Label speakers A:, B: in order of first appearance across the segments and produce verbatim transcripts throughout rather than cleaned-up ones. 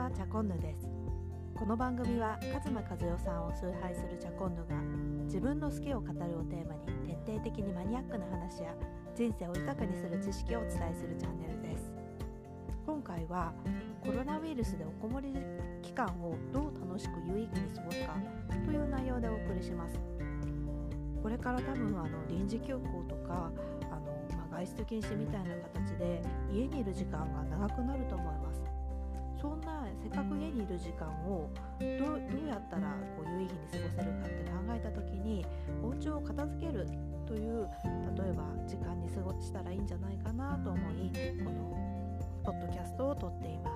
A: はチャコンヌです。この番組は勝間和代さんを崇拝するチャコンヌが自分の好きを語るをテーマに徹底的にマニアックな話や人生を豊かにする知識をお伝えするチャンネルです。今回はコロナウイルスでおこもり期間をどう楽しく有意義に過ごすかという内容でお送りします。これから多分あの臨時休校とかあの、まあ、外出禁止みたいな形で家にいる時間が長くなると思います。そんなせっかく家にいる時間をどう、どうやったらこう有意義に過ごせるかって考えた時にお家を片付けるという例えば時間に過ごしたらいいんじゃないかなと思いこのポッドキャストを撮っています。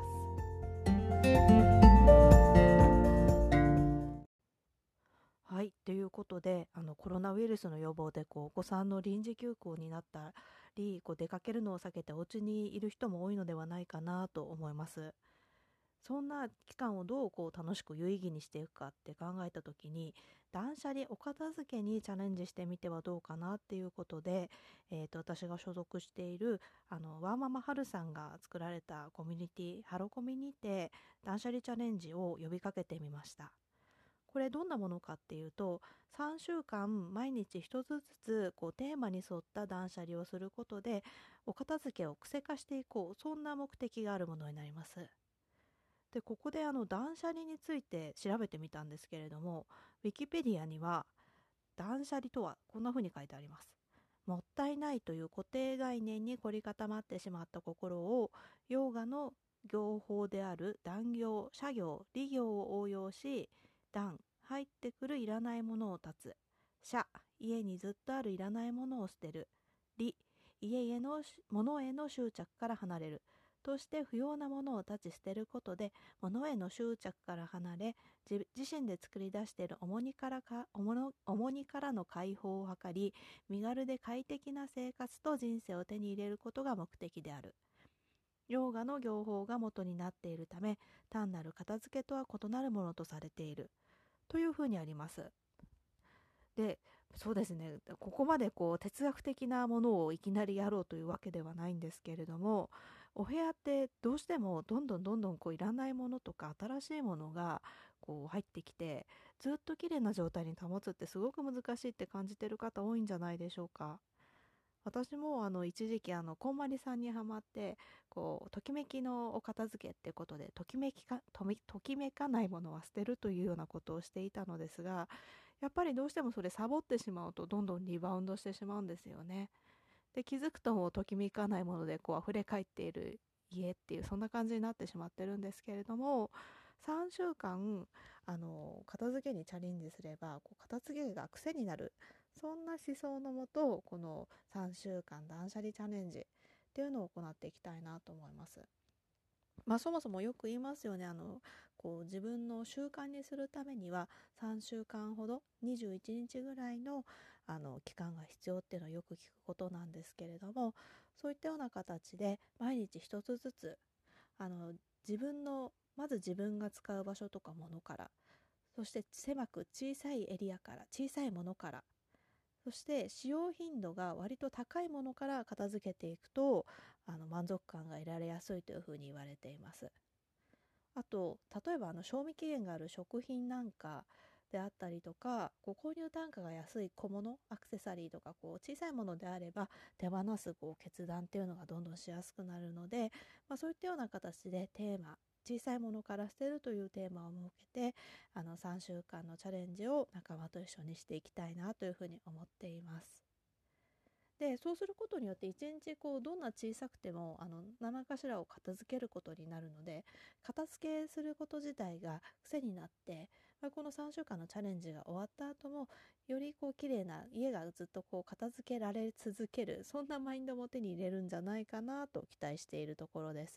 A: はい、ということであのコロナウイルスの予防でこうお子さんの臨時休校になったりこう出かけるのを避けてお家にいる人も多いのではないかなと思います。そんな期間をどうこう楽しく有意義にしていくかって考えた時に断捨離お片付けにチャレンジしてみてはどうかなっていうことで、えー、と私が所属しているあのワーママハルさんが作られたコミュニティハロコミにて断捨離チャレンジを呼びかけてみました。これどんなものかっていうとさんしゅうかん毎日一つずつこうテーマに沿った断捨離をすることでお片付けを癖化していこう、そんな目的があるものになります。でここであの断捨離について調べてみたんですけれども、ウィキペディアには断捨離とはこんな風に書いてあります。もったいないという固定概念に凝り固まってしまった心をヨガの行法である断行、作業、利行を応用し、断、入ってくるいらないものを断つ、捨、家にずっとあるいらないものを捨てる、利、家への物への執着から離れるとして不要なものを断ち捨てることで物への執着から離れ 自, 自身で作り出している重荷からか重の重荷からの解放を図り身軽で快適な生活と人生を手に入れることが目的である。ヨーガの行法が元になっているため単なる片付けとは異なるものとされているというふうにあります。でそうですね、ここまでこう哲学的なものをいきなりやろうというわけではないんですけれども、お部屋ってどうしてもどんどんどんどんこういらないものとか新しいものがこう入ってきてずっと綺麗な状態に保つってすごく難しいって感じてる方多いんじゃないでしょうか。私もあの一時期あのこんまりさんにハマってこうときめきのお片付けってことでときめきかとみときめかないものは捨てるというようなことをしていたのですが、やっぱりどうしてもそれサボってしまうとどんどんリバウンドしてしまうんですよね。で気づくともうときめかないものでこう溢れ返っている家っていうそんな感じになってしまってるんですけれども、さんしゅうかんあの片付けにチャレンジすればこう片付けが癖になる、そんな思想のもとこのさんしゅうかん断捨離チャレンジっていうのを行っていきたいなと思います。まあ、そもそもよく言いますよね。あのこう自分の習慣にするためにはさんしゅうかんほどにじゅういちにちぐらいの、あの期間が必要っていうのはよく聞くことなんですけれども、そういったような形で毎日一つずつあの自分のまず自分が使う場所とかものから、そして狭く小さいエリアから小さいものから、そして使用頻度が割と高いものから片付けていくとあの満足感が得られやすいというふうに言われています。あと例えばあの賞味期限がある食品なんかであったりとか、こう購入単価が安い小物アクセサリーとかこう小さいものであれば手放すこう決断っていうのがどんどんしやすくなるので、まあ、そういったような形でテーマ小さいものから捨てるというテーマを設けてあのさんしゅうかんのチャレンジを仲間と一緒にしていきたいなというふうに思っています。でそうすることによって一日こうどんな小さくてもあの何かしらを片付けることになるので、片付けすること自体が癖になって、まあ、このさんしゅうかんのチャレンジが終わった後もよりこう綺麗な家がずっとこう片付けられ続ける、そんなマインドも手に入れるんじゃないかなと期待しているところです。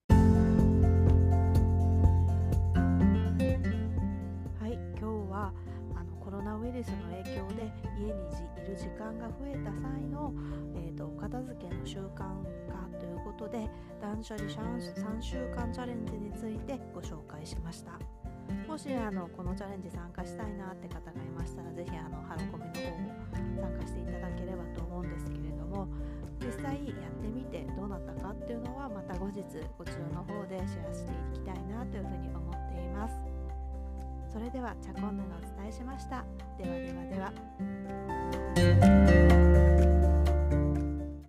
A: はい、今日はあのコロナウイルスの影響で家にいる時間が増えた際の、えーと、お片付けの習慣化ということで断捨離さんしゅうかんチャレンジについてご紹介しました。もしあのこのチャレンジ参加したいなって方がいましたらぜひあのハロコミの方を参加していただければと思うんですけれども、実際やってみてどうなったかってっていうのはまた後日こちらの方でシェアしていきたいなというふうに思っています。それではチャコンヌがお伝えしました。ではではでは。